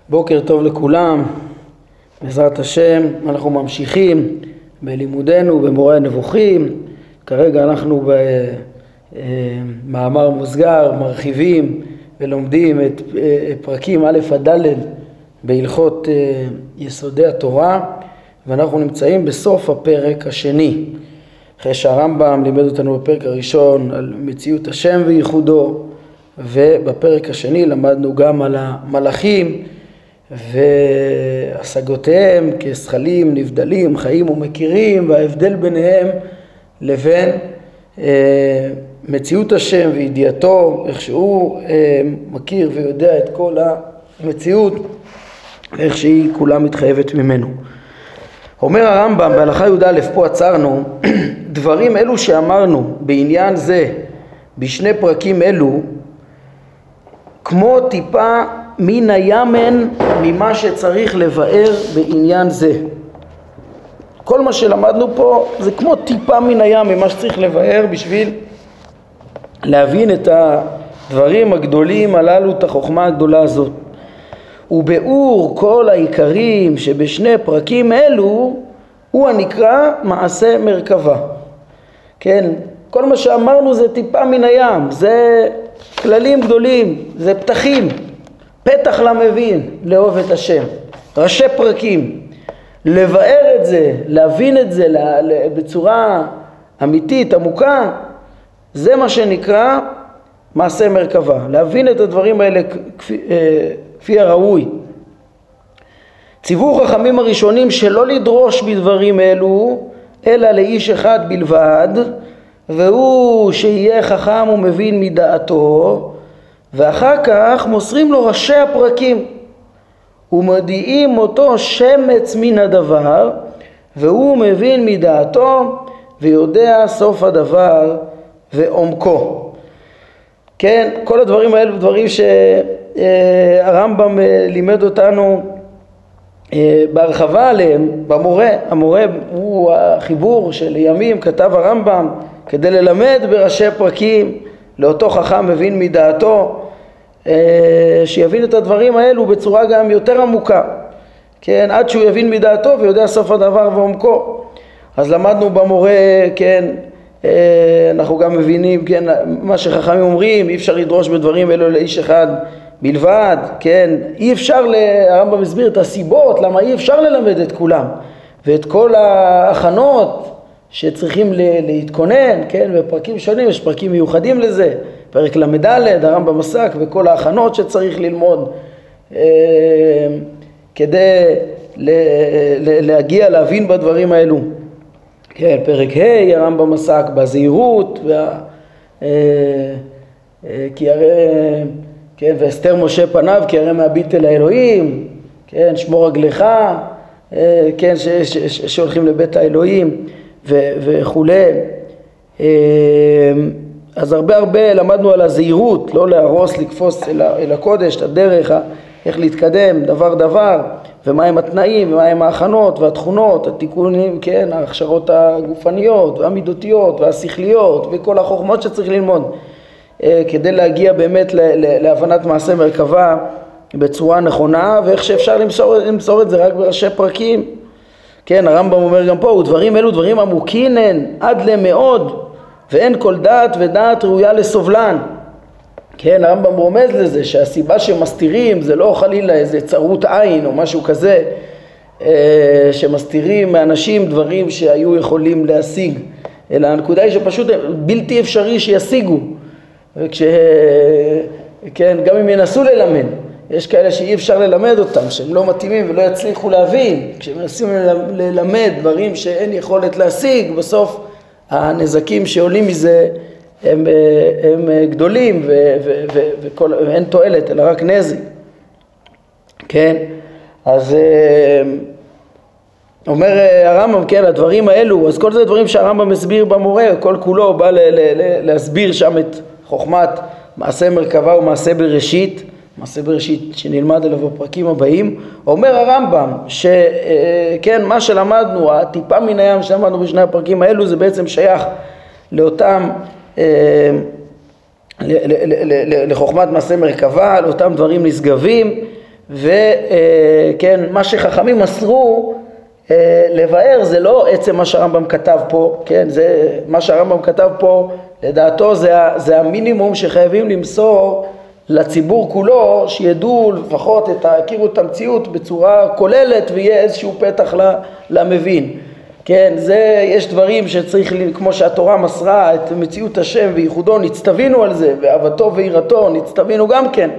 בוקר טוב לכולם, בעזרת השם. אנחנו ממשיכים בלימודנו במורה הנבוכים. כרגע אנחנו במאמר מוסגר, מרחיבים ולומדים את פרקים א' עד ד' בהלכות יסודי התורה, ואנחנו נמצאים בסוף הפרק השני, אחרי שהרמב"ם לימד אותנו בפרק הראשון על מציאות השם וייחודו, ובפרק השני למדנו גם על המלאכים והשגותיהם כזכלים, נבדלים, חיים ומכירים, וההבדל ביניהם לבין מציאות השם וידיעתו, איך שהוא מכיר ויודע את כל המציאות, איך שהיא כולה מתחייבת ממנו. אומר הרמב"ם בהלכה י"א, פה עצרנו, דברים אלו שאמרנו בעניין זה בשני פרקים אלו, כמו טיפה מן הימן ממה שצריך לבאר בעניין זה. כל מה שלמדנו פה זה כמו טיפה מן הים ממה שצריך לבאר בשביל להבין את הדברים הגדולים הללו, את החוכמה הגדולה הזאת. וביאור כל העיקרים שבשני פרקים אלו הוא הנקרא מעשה מרכבה. כן, כל מה שאמרנו זה טיפה מן הים, זה כללים גדולים, זה פתחים, פתח למבין לאהוב את השם, ראשי פרקים. לבאר את זה, להבין את זה בצורה אמיתית, עמוקה, זה מה שנקרא מעשה מרכבה, להבין את הדברים האלה כפי הראוי. ציוו חכמים הראשונים שלא לדרוש בדברים אלו אלא לאיש אחד בלבד, והוא שיהיה חכם ומבין מדעתו, ואחר כך מוסרים לו ראשי הפרקים ומודיעים אותו שמץ מן הדבר, והוא מבין מדעתו ויודע סוף הדבר ועומקו. כן, כל הדברים האלו דברים שהרמב"ם לימד אותנו בהרחבה עליהם במורה. המורה הוא החיבור שלימים כתב הרמב"ם כדי ללמד בראשי פרקים לאותו חכם מבין מדעתו, שיבין את הדברים האלו בצורה גם יותר עמוקה, כן, עד שהוא יבין מדעתו ויודע סוף הדבר ועומקו. אז למדנו במורה, כן, אנחנו גם מבינים, כן, מה שחכמים אומרים, אי אפשר לדרוש בדברים אלו לאיש אחד בלבד, כן, אי אפשר, הרמב"ם מסביר את הסיבות למה אי אפשר ללמד את כולם, ואת כל ההכנות שצריכים להתכונן, כן, בפרקים שונים, יש פרקים מיוחדים לזה, פרק למד הרמב"ם עסק בכל ההכנות שצריך ללמוד כדי להגיע להבין בדברים האלו. כן, פרק ה' הרמב"ם עסק בזהירות, כי הרי, כן, ואסתר משה פניו כי הרי מהביט אל האלוהים, כן, שמור רגלך, כן, שהולכים לבית האלוהים וכולי. אז הרבה למדנו על הזהירות, לא להרוס, לקפוץ אל הקודש, את הדרך, איך להתקדם דבר, ומהם התנאים, ומהם ההכנות והתכונות, התיקונים, כן, ההכשרות הגופניות והמידותיות והשכליות וכל החוכמות שצריך ללמוד, כדי להגיע באמת להבנת מעשה מרכבה בצורה נכונה, ואיך שאפשר למסור את זה רק בראשי פרקים. כן, הרמב"ם אומר גם פה, ודברים אלו דברים עמוקין הן עד למאוד, ואין כל דעת ודעת ראויה לסובלן. כן, הרמב"ם רומז לזה שהסיבה שמסתירים זה לא חלילה איזה צרות עין או משהו כזה, שמסתירים מאנשים דברים שהיו יכולים להשיג, אלא הנקודה היא שפשוט בלתי אפשרי שישיגו. כן, גם אם ינסו ללמד, יש כאלה שאי אפשר ללמד אותם, שהם לא מתאימים ולא יצליחו להבין. כשמנסים ללמד דברים שאין יכולת להשיג, בסוף הנזקים שעולים מזה הם גדולים ואין תועלת אלא רק נזק. כן, אז אומר הרמב"ם, כן, הדברים האלו, אז כל זה דברים שהרמב"ם מסביר במורה, כל כולו בא להסביר שם את חוכמת מעשה מרכבה ומעשה בראשית, מעשה בראשית שנלמד עליו בפרקים הבאים. אומר הרמב"ם שכן, מה שלמדנו, הטיפה מן הים שלמדנו בשני הפרקים האלו, זה בעצם שייך לאותם לחוכמת מעשה מרכבה, לאותם דברים נשגבים, וכן, מה שחכמים מסרו לבאר זה לא עצם מה שהרמב"ם כתב פה, כן, זה מה שהרמב"ם כתב פה, לדעתו זה המינימום שחייבים למסור לציבור כולו, שידעו לפחות הכירו את המציאות בצורה כוללת ויהיה איזשהו פתח למבין. כן, יש דברים שצריך, כמו שהתורה מסרה את מציאות השם וייחודו, נצטווינו על זה, ואהבתו ויראתו, נצטווינו גם כן.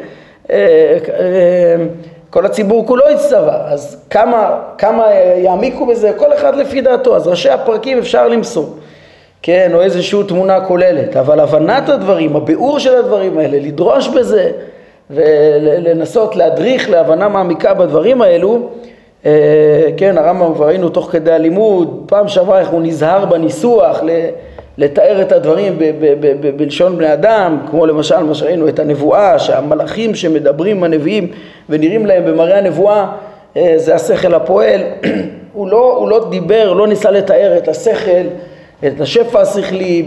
כל הציבור כולו הצטווה, אז כמה יעמיקו בזה, כל אחד לפי דעתו. אז ראשי הפרקים אפשר למסור, כן, או איזושהי תמונה כוללת, אבל הבנת הדברים, הביאור של הדברים האלה, לדרוש בזה ולנסות להדריך להבנה מעמיקה בדברים האלו, כן, הרמב"ם כבר ראינו תוך כדי הלימוד, פעם שעברה איך הוא נזהר בניסוח לתאר את הדברים בלשון בני אדם, כמו למשל מה שראינו את הנבואה, שהמלאכים שמדברים הנביאים ונראים להם במראה הנבואה, זה השכל הפועל. הוא לא דיבר, לא ניסה לתאר את השכל, את השפע השכלי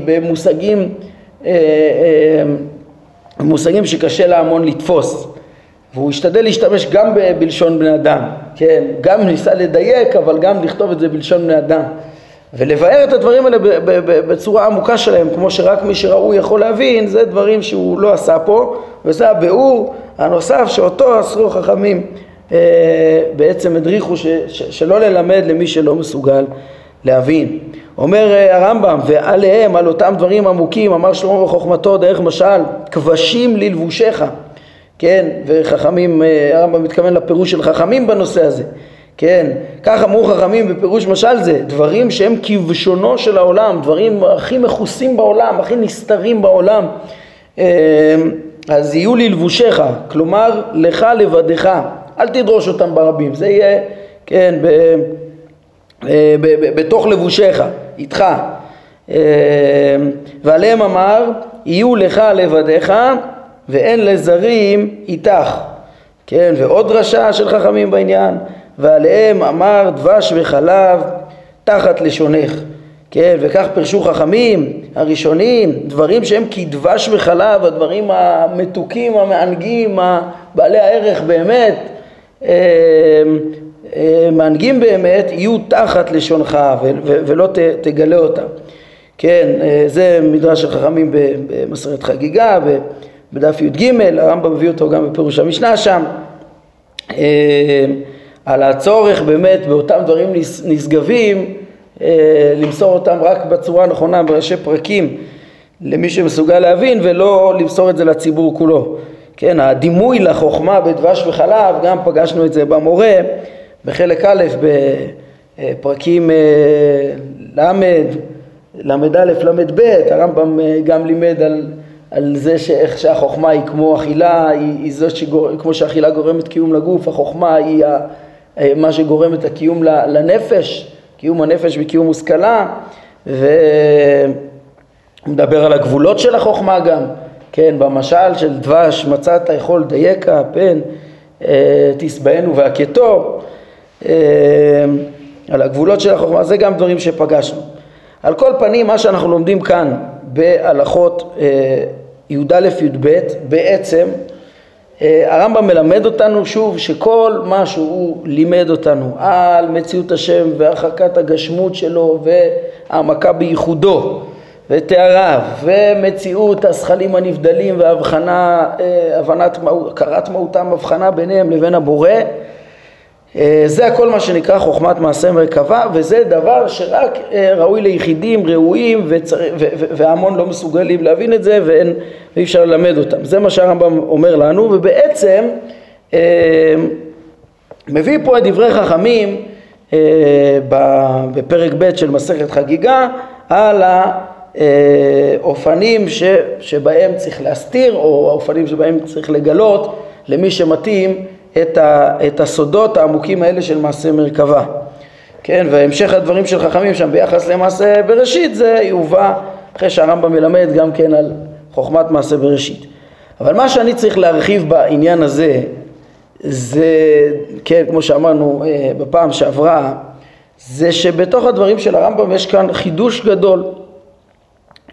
במושגים שקשה להמון לתפוס, והוא השתדל להשתמש גם בלשון בני אדם, כן, גם ניסה לדייק אבל גם לכתוב את זה בלשון בני אדם ולבאר את הדברים האלה בצורה עמוקה שלהם, כמו שרק מי שראוי יכול להבין. זה דברים שהוא לא עשה פה, וזה הביאור הנוסף שאותו עשו חכמים, בעצם הדריכו שלא ללמד למי שלא מסוגל להבין. אומר הרמב"ם, ועליהם, על אותם דברים עמוקים, אמר שלמה בחוכמתו דרך משל, כבשים ללבושך, כן, וחכמים, הרמב"ם מתכוון לפירוש של חכמים בנושא הזה, כן, כך אמרו חכמים בפירוש משל זה, דברים שהם כבשונו של העולם, דברים הכי מכוסים בעולם, הכי נסתרים בעולם, אז יהיו ללבושך, כלומר לך לבדך, אל תדרוש אותם ברבים, זה יהיה, כן, בתוך לבושך, איתך. ועליהם אמר, יהיו לך לבדך ואין לזרים איתך. כן, ועוד דרשה של חכמים בעניין, ועליהם אמר דבש וחלב תחת לשונך. כן, וכך פרשו חכמים הראשונים, דברים שהם כדבש וחלב, הדברים המתוקים, המענגים, בעלי הערך באמת, מענגים באמת, יהיו תחת לשונך ולא תגלה אותם. כן, זה מדרש של חכמים במסכת חגיגה, בדף י"ג, הרמב"ם מביא אותו גם בפירוש המשנה שם, על הצורך באמת באותם דברים נשגבים, למסור אותם רק בצורה נכונה בראשי פרקים למי שמסוגל להבין, ולא למסור את זה לציבור כולו. כן, הדימוי לחוכמה בדבש וחלב, גם פגשנו את זה במורה בחלק א' בפרקים למד א' למד ב', הרמב"ם גם לימד על זה שאיך שהחוכמה היא כמו אכילה, היא זאת כמו שהאכילה גורמת קיום לגוף, החוכמה היא מה שגורם את הקיום לנפש, קיום הנפש וקיום מושכלה, והוא מדבר על הגבולות של החוכמה גם, כן, במשל של דבש מצאת יכול דייקה, פן תשבענו והכתו, על הגבולות של החוכמה, זה גם דברים שפגשנו. על כל פנים, מה שאנחנו לומדים כאן בהלכות י"א י"ב, בעצם הרמב"ם מלמד אותנו שוב שכל מה שהוא לימד אותנו על מציאות השם והרחקת הגשמות שלו והעמקה בייחודו ותאריו ומציאות השכלים הנבדלים והבחנה, הכרת מהותם, הבחנה ביניהם לבין הבורא, זה הכל מה שנקרא חוכמת מעשה מרכבה, וזה דבר שרק ראוי ליחידים ראויים והמון לא מסוגלים להבין את זה ואי אפשר ללמד אותם. זה מה שהרמב"ם אומר לנו, ובעצם מביא פה את דברי חכמים בפרק ב' של מסכת חגיגה על האופנים שבהם צריך להסתיר, או האופנים שבהם צריך לגלות למי שמתאים את הסודות העמוקים האלה של מעשה מרכבה. כן, והמשך הדברים של חכמים שם ביחס למעשה בראשית, זה יובא אחרי שהרמב"ם מלמד גם כן על חוכמת מעשה בראשית. אבל מה שאני צריך להרחיב בעניין הזה, זה, כן, כמו שאמרנו בפעם שעברה, זה שבתוך הדברים של הרמב"ם יש כאן חידוש גדול.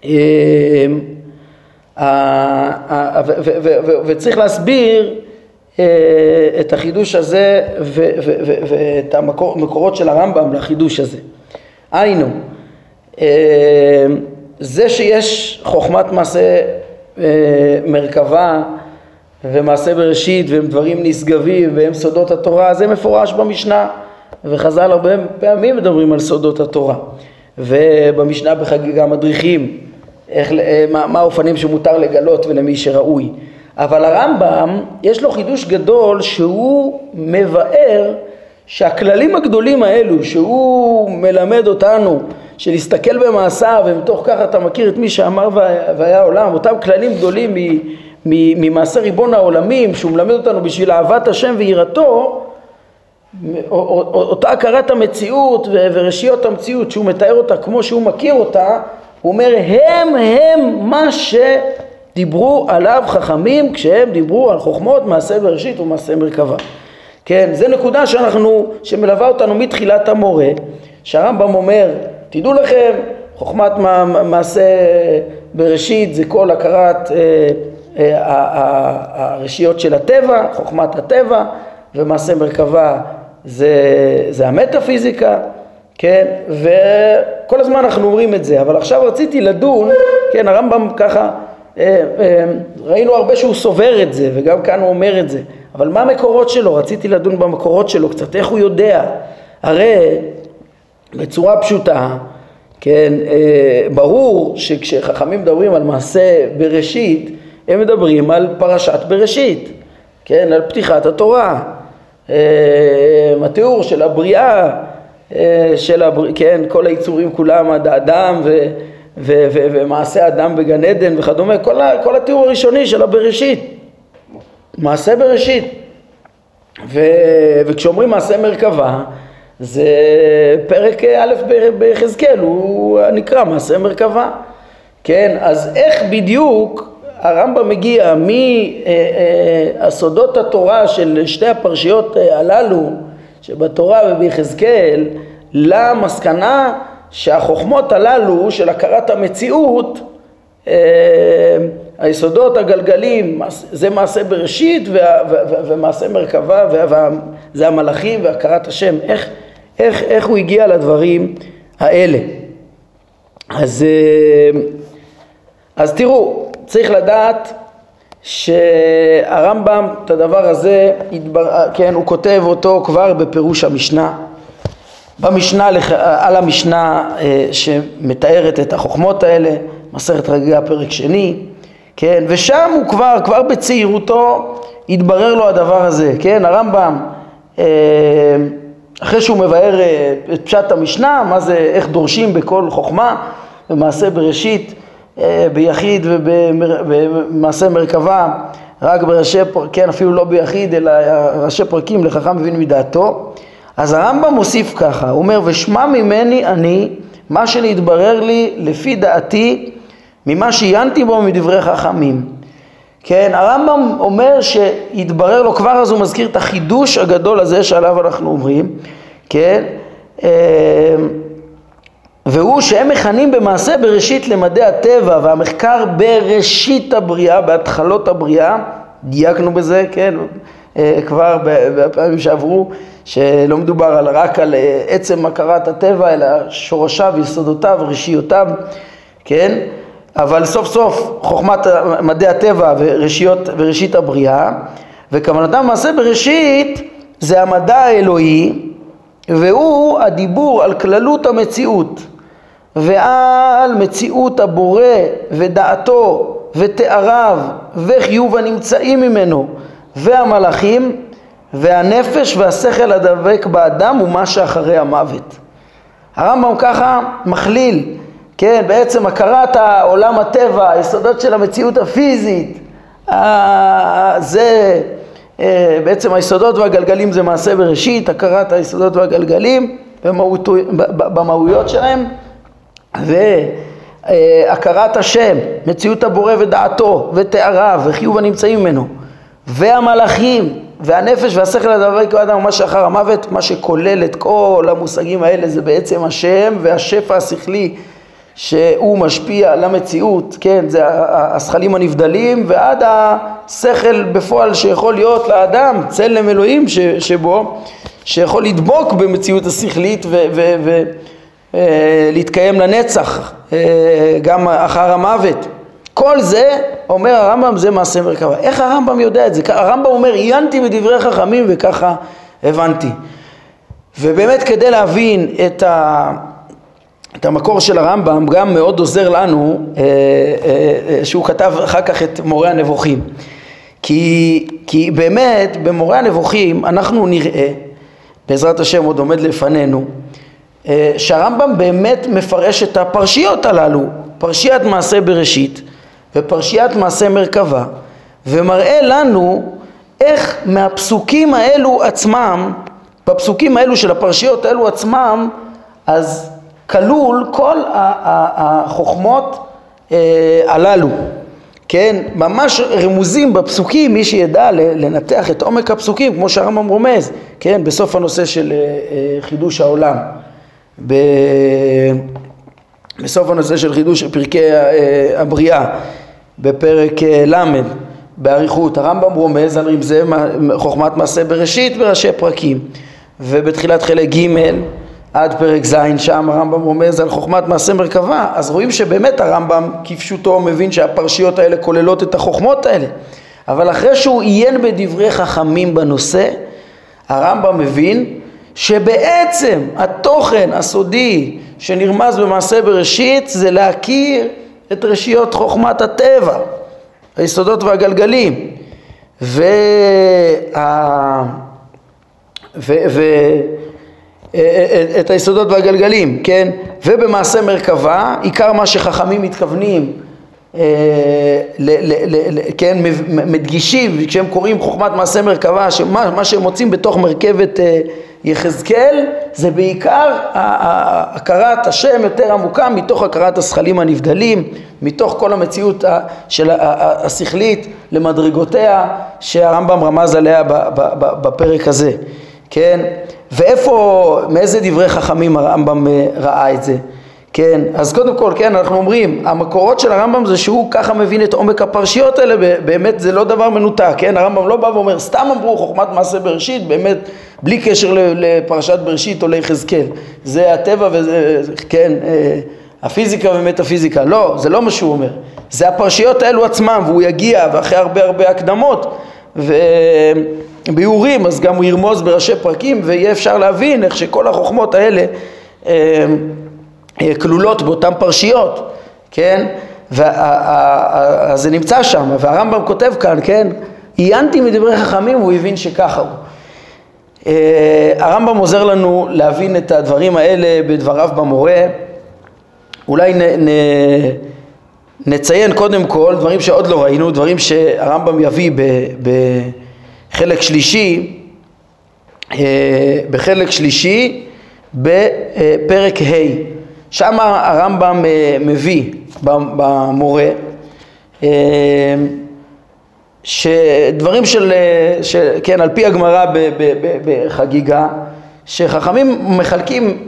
וצריך להסביר את החידוש הזה ואת המקורות של הרמב"ם לחידוש הזה. היינו, זה שיש חוכמת מעשה מרכבה ומעשה בראשית והם דברים נשגבים והם סודות התורה, זה מפורש במשנה, וחז"ל הרבה פעמים מדברים על סודות התורה, ובמשנה בחגיגה מדריכים מה האופנים שמותר לגלות ולמי שראוי. אבל הרמב"ם יש לו חידוש גדול שהוא מבאר שהכללים הגדולים האלו שהוא מלמד אותנו של להסתכל במעשיו ומתוך כך אתה מכיר את מי שאמר והיה עולם, אותם כללים גדולים ממעשה ריבון העולמים שהוא מלמד אותנו בשביל אהבת השם ויראתו, אותה הכרת המציאות ורשיות המציאות שהוא מתאר אותה כמו שהוא מכיר אותה, הוא אומר הם מה שדיברו עליו חכמים כשהם דיברו על חוכמות מעשה בראשית ומעשה מרכבה. כן, זה נקודה שמלווה אותנו מתחילת המורה, שהרמב"ם אומר תדעו לכם חוכמת מעשה בראשית זה כל הכרת הרשיות של הטבע, חוכמת הטבע, ומעשה מרכבה זה המטאפיזיקה, כן, וכל הזמן אנחנו אומרים את זה, אבל עכשיו רציתי לדון, כן, הרמב"ם ככה, ראינו הרבה שהוא סובר את זה, וגם כאן הוא אומר את זה, אבל מה המקורות שלו? רציתי לדון במקורות שלו קצת, איך הוא יודע? הרי בצורה פשוטה, כן, ברור שכשחכמים מדברים על מעשה בראשית, הם מדברים על פרשת בראשית, כן, על פתיחת התורה, התיאור של הבריאה, כן, כל היצורים כולם עד האדם ומעשה האדם בגן עדן וכדומה, כל התיאור הראשוני של הבראשית, מעשה בראשית. וכשאומרים מעשה מרכבה, זה פרק א' ביחזקאל, הוא נקרא מעשה מרכבה. כן, אז איך בדיוק הרמב"ם מגיע מהסודות התורה של שתי הפרשיות הללו שבתורה וביחזקאל למסקנה שהחוכמות הללו של הכרת המציאות, היסודות הגלגלים זה מעשה בראשית ומעשה מרכבה זה המלאכים והכרת השם. איך הוא הגיע לדברים האלה? אז תראו, צריך לדעת שהרמב"ם את הדבר הזה, כן, הוא כותב אותו כבר בפירוש המשנה, במשנה על המשנה שמתארת את החוכמות האלה, מסכת חגיגה פרק שני, כן, ושם הוא כבר בצעירותו התברר לו הדבר הזה, כן, הרמב"ם אחרי שהוא מבאר את פשט המשנה, מה זה, איך דורשים בכל חוכמה, במעשה בראשית, ביחיד ובמעשה מרכבה, רק בראשי, כן, אפילו לא ביחיד, אלא ראשי פרקים לחכם מבין מדעתו. אז הרמב"ם מוסיף ככה, הוא אומר, ושמע ממני אני, מה שנתברר לי לפי דעתי, ממה שעיינתי בו מדברי חכמים. כן, הרמב"ם אומר שהתברר לו כבר, אז הוא מזכיר את החידוש הגדול הזה שעליו אנחנו אומרים, כן, והוא שהם מכנים במעשה בראשית למדעי הטבע והמחקר בראשית הבריאה, בהתחלות הבריאה, דייקנו בזה, כן, כבר בפעמים שעברו, שלא מדובר רק על עצם הכרת הטבע, אלא שורשיו, יסודותיו, ראשיותיו, כן, אבל סוף סוף חוכמת מדעי הטבע וראשית הבריאה, וכוונתם מעשה בראשית זה המדע האלוהי, והוא הדיבור על כללות המציאות ועל מציאות הבורא ודעתו ותאריו וחיוב הנמצאים ממנו והמלאכים והנפש והשכל הדבק באדם ומה שאחרי המוות. הרמב"ם ככה מכליל, כן, בעצם הכרת העולם הטבע, היסודות של המציאות הפיזית, זה בעצם היסודות והגלגלים זה מעשה בראשית, הכרת היסודות והגלגלים במהויות שלהם, והכרת השם, מציאות הבורא ודעתו ותאריו וחיוב הנמצאים ממנו, והמלאכים והנפש והשכל הדבק באדם ומה שאחר המוות. מה שכולל את כל המושגים האלה זה בעצם השם והשפע השכלי שהוא משפיע על המציאות, כן, זה השכלים הנבדלים ועד השכל בפועל שיכול להיות לאדם, צלם אלוהים שבו, שיכול לדבוק במציאות השכלית ולהתקיים לנצח, גם אחר המוות. כל זה, אומר הרמב"ם, זה מעשה מרכבה. איך הרמב"ם יודע את זה? הרמב"ם אומר, עיינתי בדברי חכמים וככה הבנתי. ובאמת כדי להבין את המקור של הרמב"ם, גם מאוד עוזר לנו שהוא כתב אחר כך את מורה הנבוכים. כי באמת במורה הנבוכים אנחנו נראה, בעזרת השם עוד עומד לפנינו, שהרמב"ם באמת מפרש את הפרשיות הללו, פרשיית מעשה בראשית ופרשיית מעשה מרכבה, ומראה לנו איך מהפסוקים האלו עצמם, בפסוקים האלו של הפרשיות האלו עצמם, אז כלול כל החוכמות הללו, כן, ממש רמוזים בפסוקים, מי שידע לנתח את עומק הפסוקים, כמו שהרמב"ם רומז, כן, בסוף הנושא של חידוש העולם, בסוף הנושא של חידוש פרקי הבריאה, בפרק למד, באריכות, הרמב"ם רומז על רמזי חוכמת מעשה בראשית בראשי פרקים, ובתחילת חלק ג' עד פרק ז', שם הרמב"ם רומז על חוכמת מעשה מרכבה. אז רואים שבאמת הרמב"ם כפשוטו מבין שהפרשיות האלה כוללות את החוכמות האלה, אבל אחרי שהוא עיין בדברי חכמים בנושא, הרמב"ם מבין שבעצם התוכן הסודי שנרמז במעשה בראשית זה להכיר את רשיות חוכמת הטבע, היסודות והגלגלים, את היסודות והגלגלים, כן? ובמעשה מרכבה, עיקר מה שחכמים מתכוונים, כן, מדגישים, כשהם קוראים חוכמת מעשה מרכבה, שמה שהם מוצאים בתוך מרכבת יחזקאל, זה בעיקר הכרת השם יותר עמוקה, מתוך הכרת השכלים הנבדלים, מתוך כל המציאות של השכלית למדרגותיה, שהרמב"ם רמז עליה בפרק הזה, כן? ואיפה, מאיזה דברי חכמים הרמב"ם ראה את זה? כן, אז קודם כל, כן, אנחנו אומרים, המקורות של הרמב"ם זה שהוא ככה מבין את עומק הפרשיות האלה, באמת זה לא דבר מנותק, כן? הרמב"ם לא בא ואומר, סתם אמרו חוכמת מעשה בראשית, באמת בלי קשר לפרשת בראשית או ליחזקאל. זה הטבע וזה, כן, הפיזיקה ומטאפיזיקה. לא, זה לא מה שהוא אומר. זה הפרשיות האלו עצמם, והוא יגיע, ואחרי הרבה הקדמות, וביורים, אז גם הוא ירמוז בראשי פרקים, ויהיה אפשר להבין איך שכל החוכמות האלה כלולות באותן פרשיות, כן? אז זה נמצא שם, והרמב"ם כותב כאן, כן? עיינתי מדברי חכמים, והוא הבין שככה הוא. הרמב"ם עוזר לנו להבין את הדברים האלה בדבריו במורה. אולי נציין קודם כל דברים שעוד לא ראינו, דברים שהרמב"ם יביא בחלק שלישי בפרק ה'. שם הרמב"ם מביא במורה שדברים כן, על פי הגמרא בחגיגה, שחכמים מחלקים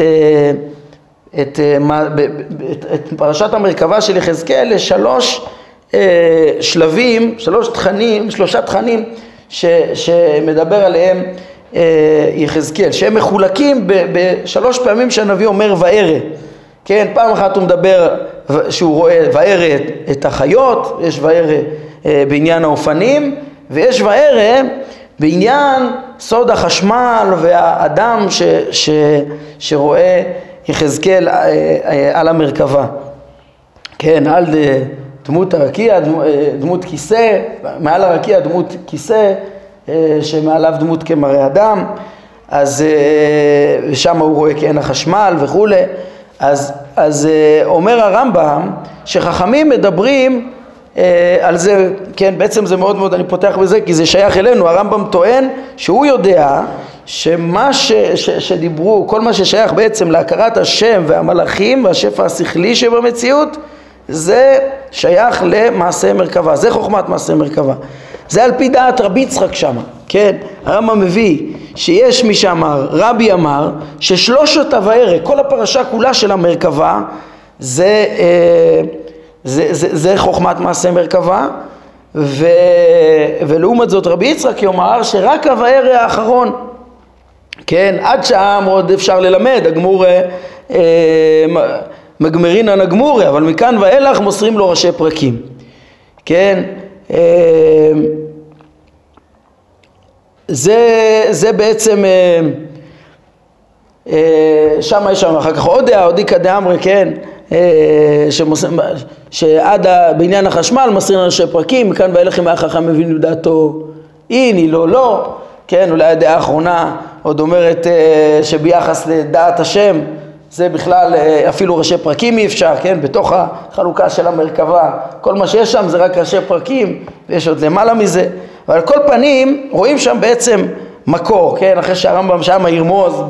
את פרשת המרכבה של יחזקאל לשלוש שלבים, שלושה תכנים שמדבר עליהם יחזקאל, שהם מחולקים בשלוש פעמים שהנביא אומר וארא. כן, פעם אחת הוא מדבר שהוא רואה וארא את החיות, יש וארא בעניין האופנים, ויש וארא בעניין סוד החשמל והאדם שרואה יחזקאל על המרכבה. כן, על דמות הרקיע, דמות כיסא, מעל הרקיע דמות כיסא, שמעליו דמות כמראה אדם, אז שם הוא רואה כעין החשמל וכו'. אז אומר הרמב"ם שחכמים מדברים על זה, כן, בעצם זה מאוד מאוד, אני פותח בזה כי זה שייך אלינו. הרמב"ם טוען שהוא יודע שמה שדיברו, כל מה ששייך בעצם להכרת השם והמלאכים והשפע השכלי שבמציאות, זה שייך למעשה מרכבה, זה חוכמת מעשה מרכבה. זה על פי דעת רבי יצחק שמה, כן? הרמב"ם מביא שיש מי שאמר, רבי אמר, ששלושת וארא, כל הפרשה כולה של המרכבה, זה חוכמת מעשה מרכבה, ולעומת זאת רבי יצחק יאמר שרק הבאר האחרון, כן, עד שהעם עוד אפשר ללמד, הגמור מגמרינן הגמורי, אבל מכאן ואילך מוסרים לו ראשי פרקים, כן, זה בעצם, שם יש שם אחר כך עודיקה דאמרי, כן, שעד בעניין החשמל מסרים ראשי פרקים, מכאן ואילך אם היה חכם מבין לדעתו איני לא, כן, אולי הדעה האחרונה עוד אומרת שביחס לדעת השם זה בכלל אפילו ראשי פרקים אי אפשר, כן, בתוך החלוקה של המרכבה כל מה שיש שם זה רק ראשי פרקים ויש עוד למעלה מזה, אבל על כל פנים רואים שם בעצם מקור, כן, אחרי שהרמב"ם שם ירמוז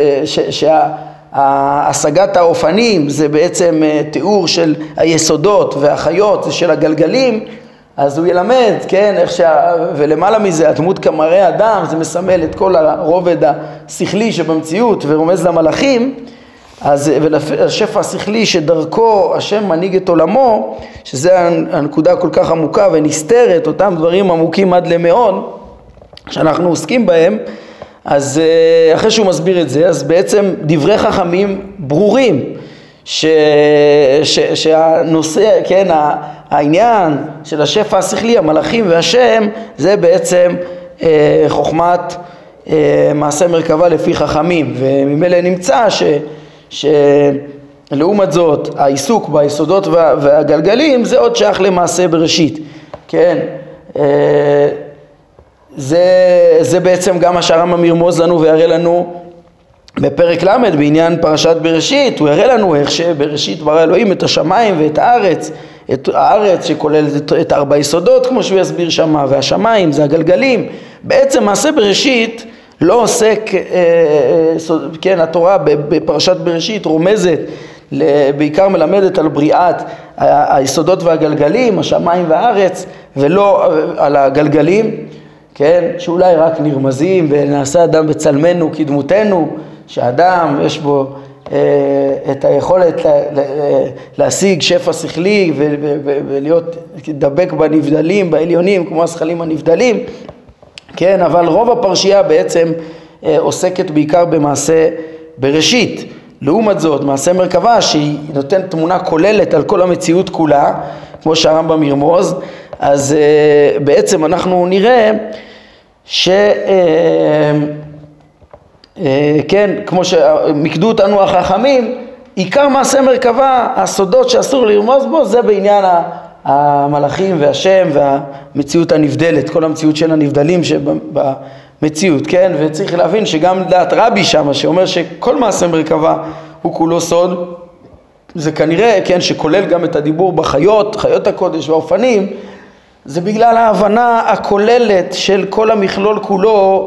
שהשגת האופנים זה בעצם תיאור של היסודות והחיות של הגלגלים, אז הוא ילמד, כן, ולמעלה מזה הדמות כמראה אדם, זה מסמל את כל הרובד השכלי שבמציאות ורומז למלאכים, אז ולשפע השכלי שדרכו השם מנהיג את עולמו, שזה הנקודה כל כך עמוקה ונסתרת, אותם דברים עמוקים עד למאוד שאנחנו עוסקים בהם, אז אחרי שהוא מסביר את זה, אז בעצם דברי חכמים ברורים, שהנושא, כן, העניין של השפע השכלי, המלאכים והשם, זה בעצם חוכמת מעשה מרכבה לפי חכמים, וממילא נמצא שלעומת זאת העיסוק ביסודות והגלגלים זה עוד שייך למעשה בראשית, כן, זה בעצם גם מה שהרמב"ם ירמוז לנו ויראה לנו בפרק ל' בעניין פרשת בראשית, הוא יראה לנו איך שבראשית ברא אלוהים את השמיים ואת הארץ, את הארץ שכוללת את 4 יסודות כמו שהוא יסביר שמה, והשמיים זה הגלגלים. בעצם מעשה בראשית לא עוסק, כן, התורה בפרשת בראשית רומזת, בעיקר מלמדת על בריאת היסודות והגלגלים, השמיים והארץ, ולא על הגלגלים, כן, שאולי רק נרמזים ונעשה אדם בצלמנו כדמותנו, שאדם יש בו את היכולת להשיג שפע שכלי ולהיות דבק בנבדלים, בעליונים, כמו השכלים הנבדלים, כן, אבל רוב הפרשייה בעצם עוסקת בעיקר במעשה בראשית. לעומת זאת, מעשה מרכבה שהיא נותנת תמונה כוללת על כל המציאות כולה, כמו שהרמב"ם ירמוז, אז בעצם אנחנו נראה כן, כמו שמקדו אותנו החכמים, עיקר מעשה מרכבה, הסודות שאסור לרמוז בו, זה בעניין המלאכים והשם והמציאות הנבדלת, כל המציאות של הנבדלים שבמציאות, כן? וצריך להבין שגם לדעת רבי שם, שאומר שכל מעשה מרכבה הוא כולו סוד, זה כנראה, כן, שכולל גם את הדיבור בחיות, חיות הקודש והאופנים, זה בגלל ההבנה הכוללת של כל המכלול כולו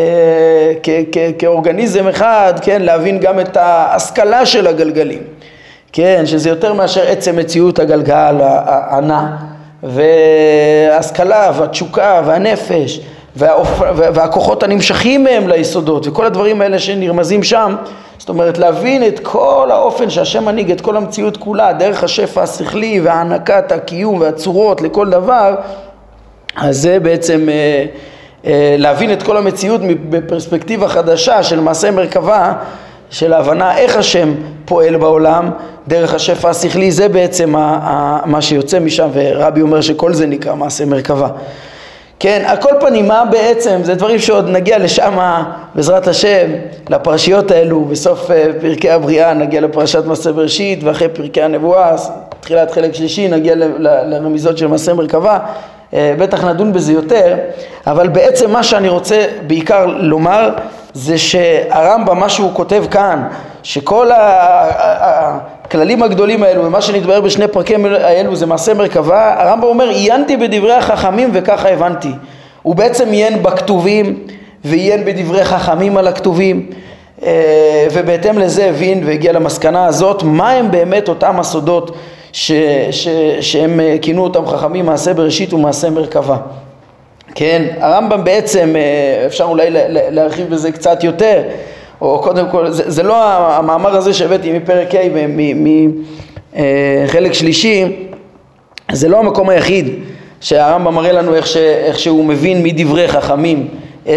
כאורגניזם אחד, כן, להבין גם את ההשכלה של הגלגלים, כן, שזה יותר מאשר עצם מציאות הגלגל הנע, וההשכלה והתשוקה והנפש והכוחות הנמשכים מהם ליסודות וכל הדברים האלה שנרמזים שם. זאת אומרת, להבין את כל האופן שהשם מנהיג את כל המציאות כולה דרך השפע השכלי והענקת הקיום והצורות לכל דבר, אז זה בעצם להבין את כל המציאות בפרספקטיבה חדשה של מעשה מרכבה, של ההבנה איך השם פועל בעולם דרך השפע השכלי, זה בעצם מה שיוצא משם, ורבי אומר שכל זה נקרא מעשה מרכבה. כן, על כל פנים, מה בעצם, זה דברים שעוד נגיע לשם בעזרת השם, לפרשיות האלו, בסוף פרקי הבריאה נגיע לפרשת מעשה בראשית, ואחרי פרקי הנבואה, תחילת חלק שלישי, נגיע לרמיזות של מעשה מרכבה, בטח נדון בזה יותר, אבל בעצם מה שאני רוצה בעיקר לומר, זה שהרמב"ם, מה שהוא כותב כאן, שכל הכללים הגדולים האלו, ומה שנתבהר בשני פרקים האלו זה מעשה מרכבה, הרמב"ם אומר, עיינתי בדברי החכמים וככה הבנתי. הוא בעצם עיין בכתובים, ועיין בדברי חכמים על הכתובים, ובהתאם לזה הבין והגיע למסקנה הזאת, מה הם באמת אותם הסודות שהם כינו אותם חכמים, מעשה בראשית ומעשה מרכבה. כן, הרמב"ם בעצם, אפשר אולי להרחיב בזה קצת יותר, או קודם כל, זה לא המאמר הזה שהבאתי מפרק ה' חלק שלישי, זה לא המקום היחיד שהרמב"ם מראה לנו איך שהוא מבין מדברי חכמים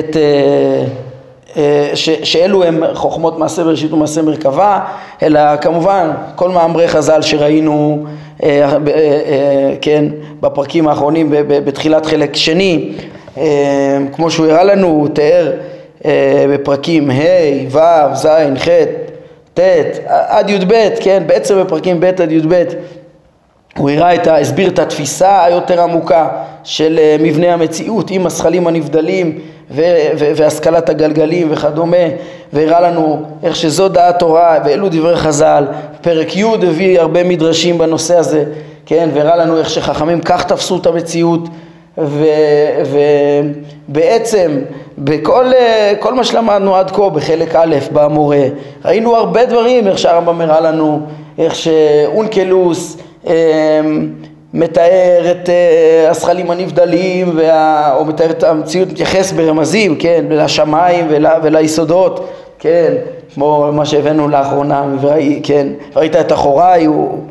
שאלו הם חוכמות מעשה בראשית ומעשה מרכבה, אלא כמובן כל מאמרי חז"ל שראינו כן, בפרקים האחרונים בתחילת חלק שני, כמו שהוא הראה לנו, הוא תיאר בפרקים ה', ו', ז', ח', ט' עד י"ב, כן, בעצם בפרקים ב' עד י"ב הוא הסביר את התפיסה היותר עמוקה של מבנה המציאות עם השכלים הנבדלים והשכלת הגלגלים וכדומה, והראה לנו איך שזו דעת תורה ואלו דברי חז"ל. פרק י' הביא הרבה מדרשים בנושא הזה, כן, והראה לנו איך שחכמים כך תפסו את המציאות, ובעצם בכל מה שלמדנו עד כה בחלק א' במורה ראינו הרבה דברים, איך שהרמב"ם הראה לנו איך שאונקלוס מתאר את השכלים הנבדלים או מתאר את המציאות, מתייחס ברמזים, כן, לשמיים וליסודות, כן, כמו מה שהבאנו לאחרונה, כן, ראית את אחוריי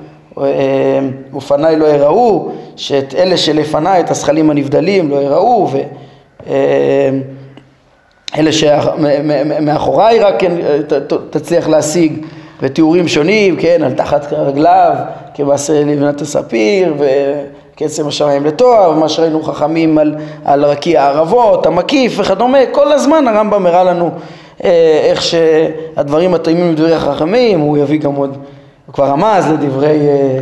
ופניי לא יראו, שאת אלה שלפניי את השכלים הנבדלים לא יראו, ואלה שמאחוריי רק כן תצליח להשיג, ותיאורים שונים, כן, על תחת רגליו כמעשה לבנת הספיר וקצם השמיים לתואר, ומה שראינו חכמים על רקיע הערבות, המקיף וכדומה. כל הזמן הרמב"ם הראה לנו איך שהדברים מתאימים לדברי החכמים. הוא יביא גם עוד, הוא כבר רמז לדברי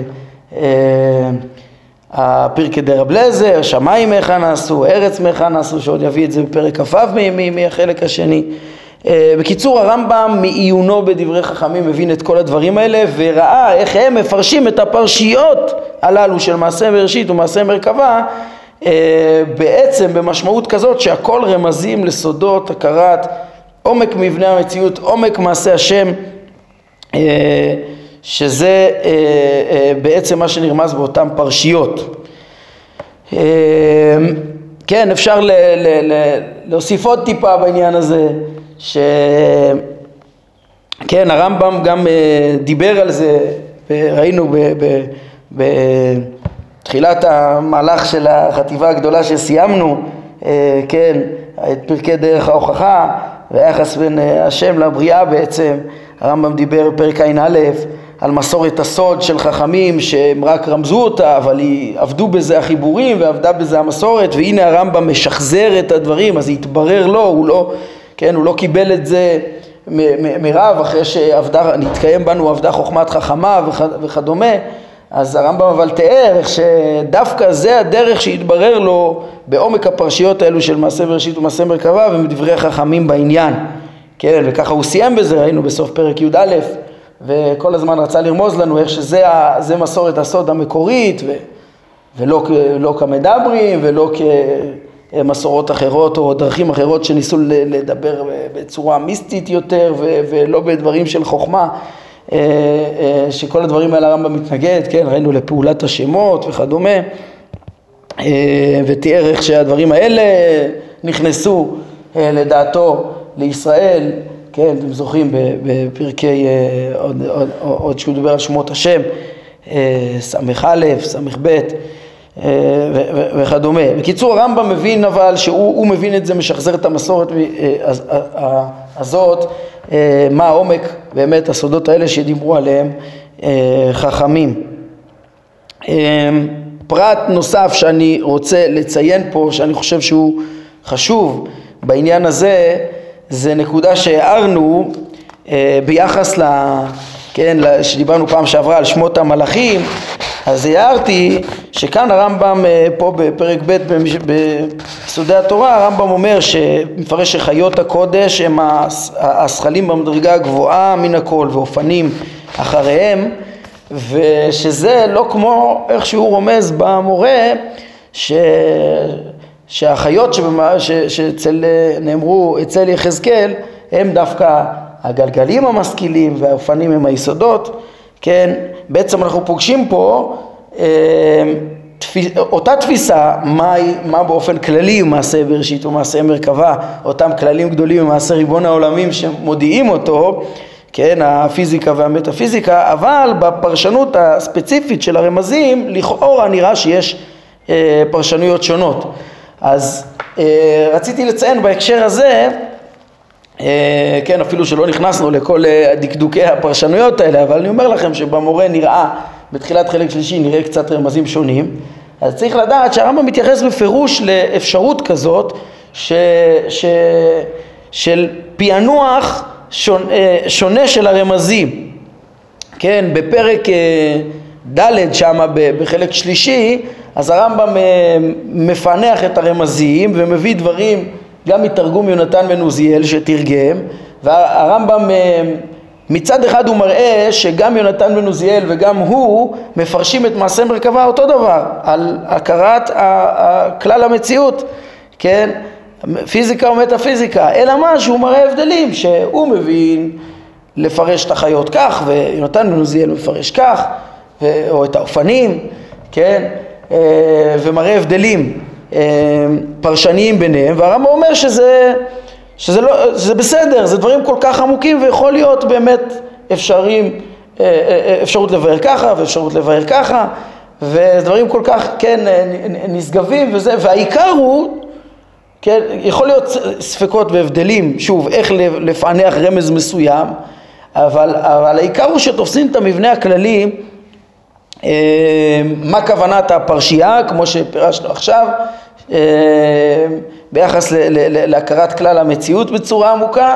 הפרקי דרב לזר, שמיים מהיכן נעשו, ארץ מהיכן נעשו, שעוד יביא את זה בפרק כ"ו מהחלק השני. בקיצור, הרמב"ם מעיונו בדברי חכמים מבין את כל הדברים האלה, וראה איך הם מפרשים את הפרשיות הללו של מעשה בראשית ומעשה מרכבה בעצם במשמעות כזאת שהכל רמזים לסודות הכרת עומק מבנה המציאות, עומק מעשה השם, שזה בעצם מה שנרמז באותן פרשיות. כן, אפשר להוסיף עוד טיפה בעניין הזה, כן, הרמב"ם גם דיבר על זה, ראינו בתחילת המהלך של החטיבה הגדולה שסיימנו, כן, את פרקי דרך ההוכחה והיחס בין השם לבריאה. בעצם הרמב"ם דיבר בפרק ע"א על מסורת הסוד של חכמים שהם רק רמזו אותה, אבל עבדו בזה החיבורים ועבדה בזה המסורת, והנה הרמב"ם משחזר את הדברים, אז התברר לו, הוא לא קיבל את זה מרב אחרי נתקיים בנו עבדה חוכמת חכמה וכדומה. אז הרמב"ם אבל תיאר איך שדווקא זה הדרך שהתברר לו בעומק הפרשיות האלו של מעשה בראשית ומעשה מרכבה ומדברי חכמים בעניין, כן, וככה הוא סיים בזה, ראינו בסוף פרק י"א, וכל הזמן רצה לרמוז לנו איך שזה מסורת הסוד המקורית, ולא כמדברים ולא כמסורות אחרות או דרכים אחרות שניסו לדבר בצורה מיסטית יותר ולא בדברים של חוכמה, שכל הדברים האלה הרמב"ם מתנגד, כן, ראינו לפעולת השמות וכדומה, ותיאר איך שהדברים האלה נכנסו לדעתו לישראל, כן, אתם זוכרים בפרקי עוד שהוא דבר על שמות השם, סמך א', סמך ב' וכדומה. בקיצור, הרמב"ם מבין אבל שהוא מבין את זה, משחזר את המסורת הזאת, מה העומק באמת הסודות האלה שדיברו עליהם חכמים. פרט נוסף שאני רוצה לציין פה, שאני חושב שהוא חשוב בעניין הזה, זה נקודה שהערנו ביחס שדיברנו פעם שעברה על שמות המלאכים. אז הערתי שכאן הרמב"ם פה בפרק ב' בסודי התורה, הרמב"ם אומר שמפרש שחיות הקודש הם השכלים במדרגה הגבוהה מן הכל ואופנים אחריהם, ושזה לא כמו איך שהוא רומז במורה שהחיות נאמרו אצל יחזקאל הם דווקא הגלגלים המשכילים והאופנים הם היסודות. כן, בעצם אנחנו פוגשים פה אותה תפיסה, מה באופן כללי מעשה בראשית ומעשה מרכבה, אותם כללים גדולים ומעשה ריבון העולמים שמודיעים אותו, כן, הפיזיקה והמטאפיזיקה, אבל בפרשנות הספציפית של הרמזים, לכאורה נראה שיש פרשנויות שונות. אז רציתי לציין בהקשר הזה, כן, אפילו שלא נכנסנו לכל דקדוקי הפרשנויות האלה, אבל אני אומר לכם שבמורה נראה, בתחילת חלק שלישי נראה קצת רמזים שונים, אז צריך לדעת שהרמב"ם מתייחס בפירוש לאפשרות כזאת של פענוח שונה של הרמזים. כן, בפרק ד' שמה בחלק שלישי, אז הרמב"ם מפענח את הרמזים ומביא דברים גם מתרגום יונתן בן עוזיאל שתרגם, והרמב"ם מצד אחד הוא מראה שגם יונתן בן עוזיאל וגם הוא מפרשים את מעשה מרכבה אותו דבר, על הכרת כלל המציאות, כן, פיזיקה ומטאפיזיקה, אלא מה שהוא מראה הבדלים, שהוא מבין לפרש את החיות כך ויונתן בן עוזיאל מפרש כך, או את האופנים, כן, ומראה הבדלים פרשניים ביניהם, והרמב"ם אומר שזה בסדר, זה דברים כל כך עמוקים ויכול להיות באמת אפשרות לבאר ככה ואפשרות לבאר ככה, ודברים כל כך, כן, נשגבים וזה, והעיקר הוא, כן, יכול להיות ספקות והבדלים, שוב, איך לפענח רמז מסוים, אבל העיקר הוא שתופסים את המבנה הכללי, מה כוונת הפרשייה, כמו שפירשנו עכשיו, ביחס להכרת כלל המציאות בצורה עמוקה,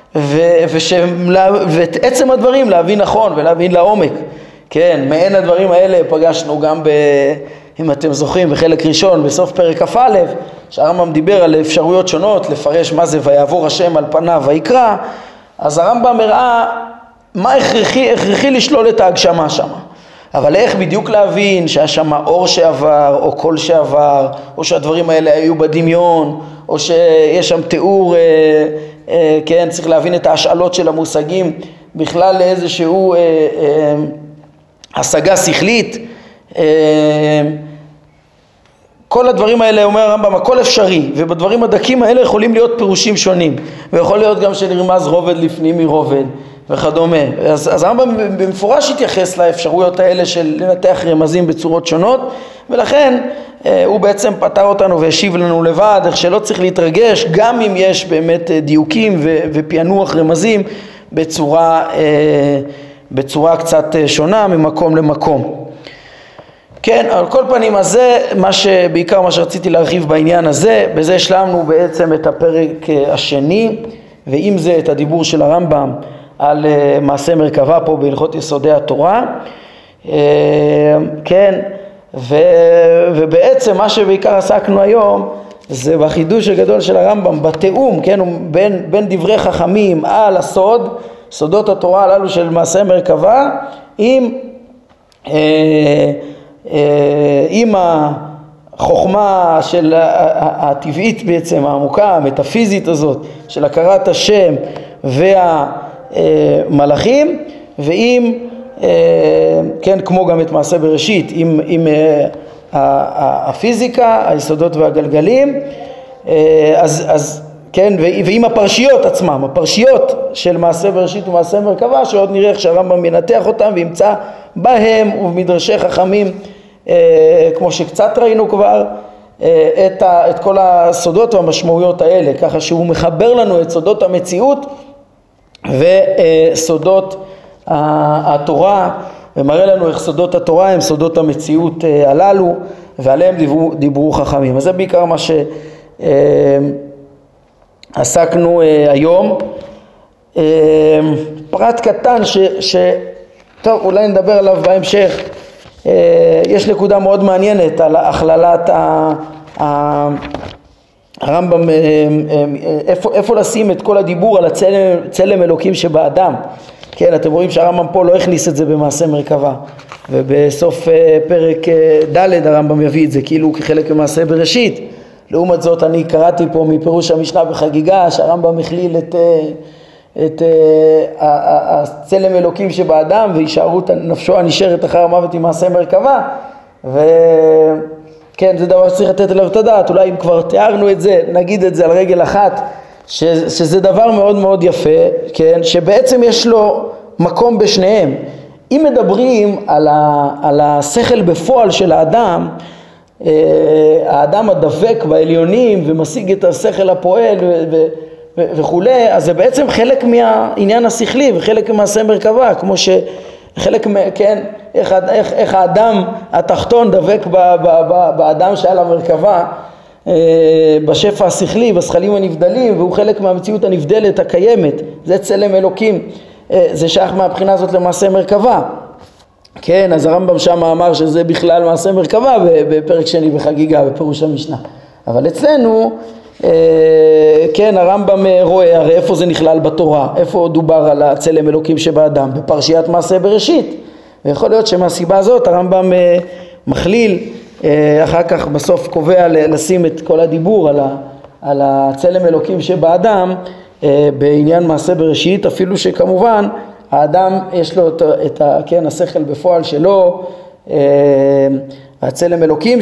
ואת עצם הדברים להבין נכון ולהבין לעומק. כן, מעין הדברים האלה פגשנו גם אם אתם זוכרים בחלק ראשון בסוף פרק כ"א, שהרמב"ם דיבר על אפשרויות שונות לפרש מה זה ויעבור השם על פניו ויקרא, אז הרמב"ם הראה מה הכרחי לשלול את ההגשמה שם. אבל איך בדיוק להבין שהיה שם אור שעבר או קול שעבר, או שהדברים האלה היו בדמיון, או שיש שם תיאור, כן, צריך להבין את ההשאלות של המושגים בכלל לאיזשהו השגה שכלית. כל הדברים האלה, אומר הרמב"ם, הכל אפשרי, ובדברים הדקים האלה יכולים להיות פירושים שונים, ויכול להיות גם שנרמז רובד לפנים מרובד וכדומה. אז הרמב"ם במפורש התייחס לאפשרויות האלה של לנתח רמזים בצורות שונות, ולכן הוא בעצם פתר אותנו והשיב לנו לבד, איך שלא צריך להתרגש, גם אם יש באמת דיוקים ופענוח רמזים בצורה קצת שונה ממקום למקום. כן, על כל פנים, אז זה בעיקר מה שרציתי להרחיב בעניין הזה. בזה השלמנו בעצם את הפרק השני, ועם זה את הדיבור של הרמב"ם על מעשה מרכבה פה בהלכות יסודי התורה. כן, ובעצם מה שבעיקר עסקנו היום זה בחידוש הגדול של הרמב"ם בתיאום, כן, בין דברי חכמים על סודות התורה הללו של מעשה מרכבה עם החוכמה של הטבעית בעצם, העמוקה, המטאפיזית הזאת של הכרת השם והמלאכים, ועם, כן, כמו גם את מעשה בראשית, עם הפיזיקה, היסודות והגלגלים, אז כן, ועם הפרשיות עצמם, הפרשיות של מעשה בראשית ומעשה מרכבה, שעוד נראה איך שהרמב"ם ינתח אותם וימצא בהם ובמדרשי חכמים, כמו שקצת ראינו כבר, את כל הסודות והמשמעויות האלה, ככה שהוא מחבר לנו את סודות המציאות וסודות התורה, ומראה לנו איך סודות התורה הם סודות המציאות הללו, ועליהם דיברו חכמים. אז זה בעיקר מה שעסקנו היום. פרט קטן טוב, אולי נדבר עליו בהמשך. יש נקודה מאוד מעניינת על הכללת הרמב"ם, איפה לשים את כל הדיבור על הצלם אלוקים שבאדם. כן, אתם רואים שהרמב"ם פה לא הכניס את זה במעשה מרכבה, ובסוף פרק ד' הרמב"ם יביא את זה כאילו כחלק ממעשה בראשית. לעומת זאת אני קראתי פה מפירוש המשנה בחגיגה שהרמב"ם הכליל את הצלם אלוקים שבאדם והישארות נפשו הנשארת אחר המוות עם מעשה מרכבה. וכן, זה דבר שצריך לתת עליו את הדעת. אולי אם כבר תיארנו את זה, נגיד את זה על רגל אחת, שזה דבר מאוד מאוד יפה, כן? שבעצם יש לו מקום בשניהם. אם מדברים על השכל בפועל של האדם, האדם הדבק בעליונים ומשיג את השכל הפועל וכולי, אז זה בעצם חלק מהעניין השכלי וחלק ממעשה מרכבה, כמו שחלק, כן, איך האדם התחתון דבק באדם שעל המרכבה, בשפע השכלי, בשכלים הנבדלים, והוא חלק מהמציאות הנבדלת הקיימת, זה צלם אלוקים, זה שייך מהבחינה הזאת למעשה מרכבה. כן, אז הרמב"ם שם אמר שזה בכלל מעשה מרכבה בפרק שני בחגיגה, בפירוש המשנה. אבל אצלנו, כן, הרמב"ם רואה, הרי איפה זה נכלל בתורה, איפה דובר על הצלם אלוקים שבאדם, בפרשיית מעשה בראשית. ויכול להיות שמהסיבה הזאת הרמב"ם מכליל, אחר כך בסוף קובע לשים את כל הדיבור על הצלם אלוקים שבאדם בעניין מעשה בראשית, אפילו שכמובן האדם יש לו כן, השכל בפועל שלו, הצלם אלוקים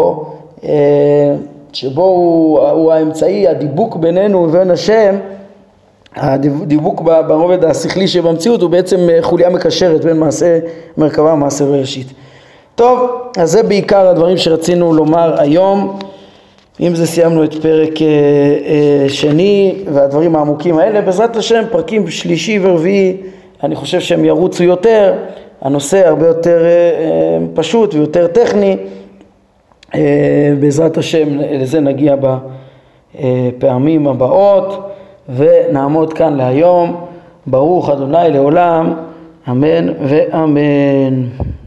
שבו הוא האמצעי, הדיבוק בינינו ובין השם, הדיבוק ברובד השכלי שבמציאות הוא בעצם חוליה מקשרת בין מעשה מרכבה ומעשה בראשית. טוב, אז זה בעיקר הדברים שרצינו לומר היום. אם זה סיימנו את פרק שני והדברים העמוקים האלה, בעזרת השם פרקים שלישי ורביעי אני חושב שהם ירוצו יותר, הנושא הרבה יותר פשוט ויותר טכני, בעזרת השם לזה נגיע בפעמים הבאות, ונעמוד כאן להיום. ברוך אדוני לעולם, אמן ואמן.